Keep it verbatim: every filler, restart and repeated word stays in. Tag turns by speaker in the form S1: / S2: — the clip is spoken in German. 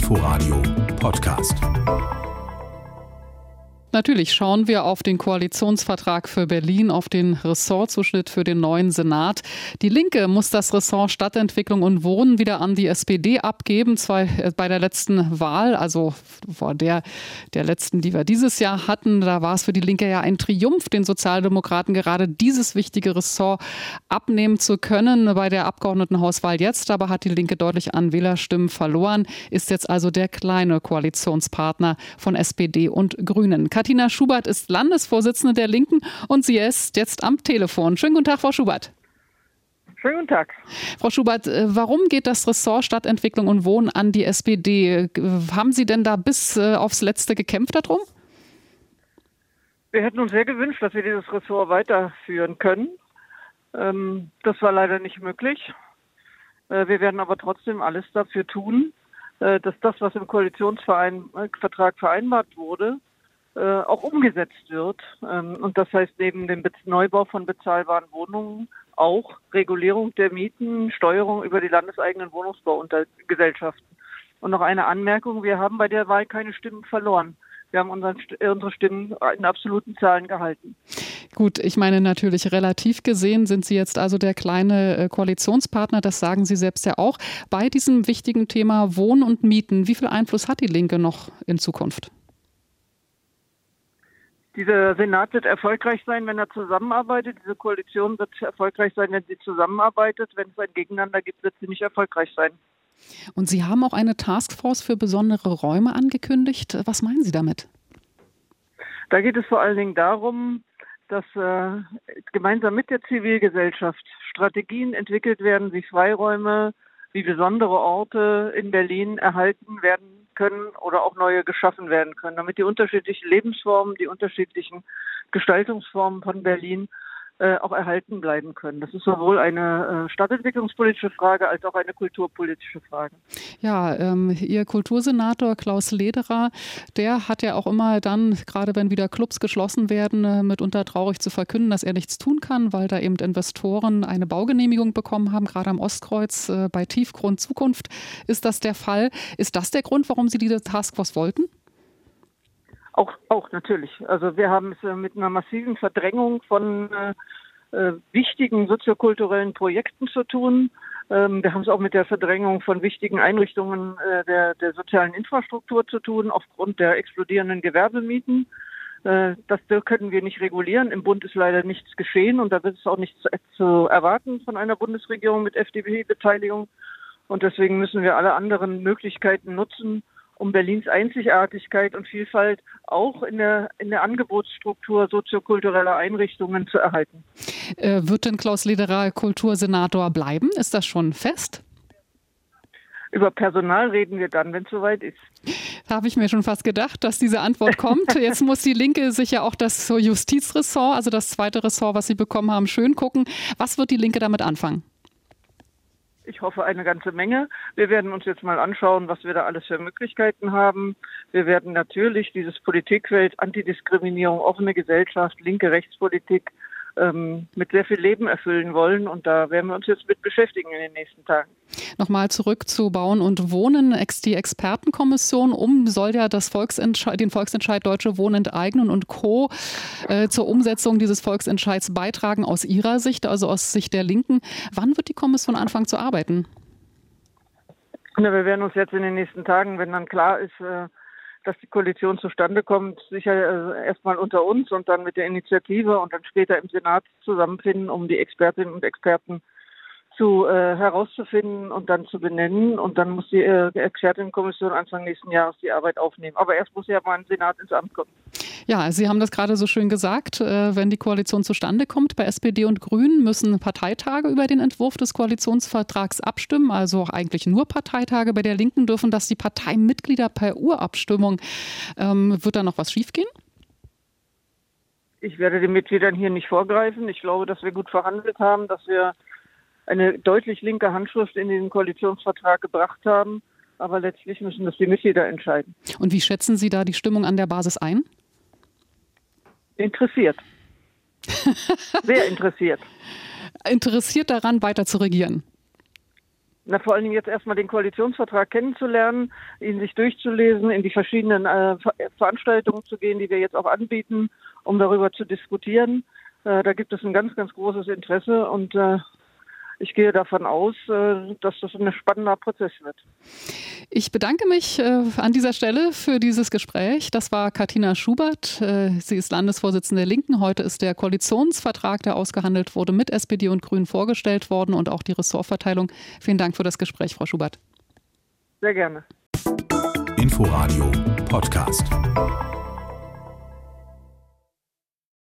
S1: Inforadio Podcast.
S2: Natürlich schauen wir auf den Koalitionsvertrag für Berlin, auf den Ressortzuschnitt für den neuen Senat. Die Linke muss das Ressort Stadtentwicklung und Wohnen wieder an die S P D abgeben. Zwar bei der letzten Wahl, also vor der, der letzten, die wir dieses Jahr hatten, da war es für die Linke ja ein Triumph, den Sozialdemokraten gerade dieses wichtige Ressort abnehmen zu können. Bei der Abgeordnetenhauswahl jetzt aber hat die Linke deutlich an Wählerstimmen verloren, ist jetzt also der kleine Koalitionspartner von S P D und Grünen. Katina Schubert ist Landesvorsitzende der Linken und sie ist jetzt am Telefon. Schönen guten Tag, Frau Schubert.
S3: Schönen guten Tag.
S2: Frau Schubert, warum geht das Ressort Stadtentwicklung und Wohnen an die S P D? Haben Sie denn da bis aufs Letzte gekämpft darum?
S3: Wir hätten uns sehr gewünscht, dass wir dieses Ressort weiterführen können. Das war leider nicht möglich. Wir werden aber trotzdem alles dafür tun, dass das, was im Koalitionsvertrag vereinbart wurde, auch umgesetzt wird. Und das heißt neben dem Neubau von bezahlbaren Wohnungen auch Regulierung der Mieten, Steuerung über die landeseigenen Wohnungsbaugesellschaften. Und noch eine Anmerkung, wir haben bei der Wahl keine Stimmen verloren. Wir haben unsere, unsere Stimmen in absoluten Zahlen gehalten.
S2: Gut, ich meine natürlich relativ gesehen sind Sie jetzt also der kleine Koalitionspartner, das sagen Sie selbst ja auch. Bei diesem wichtigen Thema Wohnen und Mieten, wie viel Einfluss hat die Linke noch in Zukunft?
S3: Dieser Senat wird erfolgreich sein, wenn er zusammenarbeitet. Diese Koalition wird erfolgreich sein, wenn sie zusammenarbeitet. Wenn es ein Gegeneinander gibt, wird sie nicht erfolgreich sein.
S2: Und Sie haben auch eine Taskforce für besondere Räume angekündigt. Was meinen Sie damit?
S3: Da geht es vor allen Dingen darum, dass äh, gemeinsam mit der Zivilgesellschaft Strategien entwickelt werden, wie Freiräume, wie besondere Orte in Berlin erhalten werden können oder auch neue geschaffen werden können, damit die unterschiedlichen Lebensformen, die unterschiedlichen Gestaltungsformen von Berlin äh, auch erhalten bleiben können. Das ist sowohl eine äh, stadtentwicklungspolitische Frage als auch eine kulturpolitische Frage.
S2: Ja, ähm, Ihr Kultursenator Klaus Lederer, der hat ja auch immer dann, gerade wenn wieder Clubs geschlossen werden, äh, mitunter traurig zu verkünden, dass er nichts tun kann, weil da eben Investoren eine Baugenehmigung bekommen haben, gerade am Ostkreuz äh, bei Tiefgrund Zukunft ist das der Fall. Ist das der Grund, warum Sie diese Taskforce wollten?
S3: Auch, auch natürlich. Also wir haben es äh, mit einer massiven Verdrängung von äh, äh, wichtigen soziokulturellen Projekten zu tun. Ähm, wir haben es auch mit der Verdrängung von wichtigen Einrichtungen äh, der, der sozialen Infrastruktur zu tun, aufgrund der explodierenden Gewerbemieten. Äh, das können wir nicht regulieren. Im Bund ist leider nichts geschehen und da wird es auch nichts zu, zu erwarten von einer Bundesregierung mit F D P-Beteiligung. Und deswegen müssen wir alle anderen Möglichkeiten nutzen, um Berlins Einzigartigkeit und Vielfalt auch in der, in der Angebotsstruktur soziokultureller Einrichtungen zu erhalten.
S2: Äh, wird denn Klaus Lederer Kultursenator bleiben? Ist das schon fest?
S3: Über Personal reden wir dann, wenn es soweit ist.
S2: Da habe ich mir schon fast gedacht, dass diese Antwort kommt. Jetzt muss die Linke sich ja auch das Justizressort, also das zweite Ressort, was sie bekommen haben, schön gucken. Was wird die Linke damit anfangen?
S3: Ich hoffe, eine ganze Menge. Wir werden uns jetzt mal anschauen, was wir da alles für Möglichkeiten haben. Wir werden natürlich dieses Politikfeld Antidiskriminierung, offene Gesellschaft, linke Rechtspolitik ähm, mit sehr viel Leben erfüllen wollen. Und da werden wir uns jetzt mit beschäftigen in den nächsten Tagen.
S2: Nochmal zurück zu Bauen und Wohnen. Die Expertenkommission um soll ja das Volksentscheid, den Volksentscheid Deutsche Wohnen enteignen und Co. Äh, zur Umsetzung dieses Volksentscheids beitragen aus Ihrer Sicht, also aus Sicht der Linken. Wann wird die Kommission anfangen zu arbeiten?
S3: Na, wir werden uns jetzt in den nächsten Tagen, wenn dann klar ist, äh, dass die Koalition zustande kommt, sicher äh, erstmal unter uns und dann mit der Initiative und dann später im Senat zusammenfinden, um die Expertinnen und Experten zu äh, herauszufinden und dann zu benennen. Und dann muss die äh, Expertinnenkommission Anfang nächsten Jahres die Arbeit aufnehmen. Aber erst muss ja mal ein Senat ins Amt kommen.
S2: Ja, Sie haben das gerade so schön gesagt. Äh, wenn die Koalition zustande kommt, bei S P D und Grünen müssen Parteitage über den Entwurf des Koalitionsvertrags abstimmen. Also eigentlich nur Parteitage. Bei der Linken dürfen das die Parteimitglieder per Urabstimmung. Ähm, wird da noch was schiefgehen?
S3: Ich werde den Mitgliedern hier nicht vorgreifen. Ich glaube, dass wir gut verhandelt haben, dass wir eine deutlich linke Handschrift in den Koalitionsvertrag gebracht haben. Aber letztlich müssen das die Mitglieder entscheiden.
S2: Und wie schätzen Sie da die Stimmung an der Basis ein?
S3: Interessiert. Sehr interessiert.
S2: Interessiert daran, weiter zu regieren?
S3: Na, vor allen Dingen jetzt erstmal den Koalitionsvertrag kennenzulernen, ihn sich durchzulesen, in die verschiedenen äh, Ver- Veranstaltungen zu gehen, die wir jetzt auch anbieten, um darüber zu diskutieren. Äh, da gibt es ein ganz, ganz großes Interesse und äh, ich gehe davon aus, äh, dass das ein spannender Prozess wird.
S2: Ich bedanke mich äh, an dieser Stelle für dieses Gespräch. Das war Katina Schubert. Äh, sie ist Landesvorsitzende der Linken. Heute ist der Koalitionsvertrag, der ausgehandelt wurde, mit S P D und Grünen vorgestellt worden und auch die Ressortverteilung. Vielen Dank für das Gespräch, Frau Schubert.
S3: Sehr gerne.
S1: Inforadio Podcast.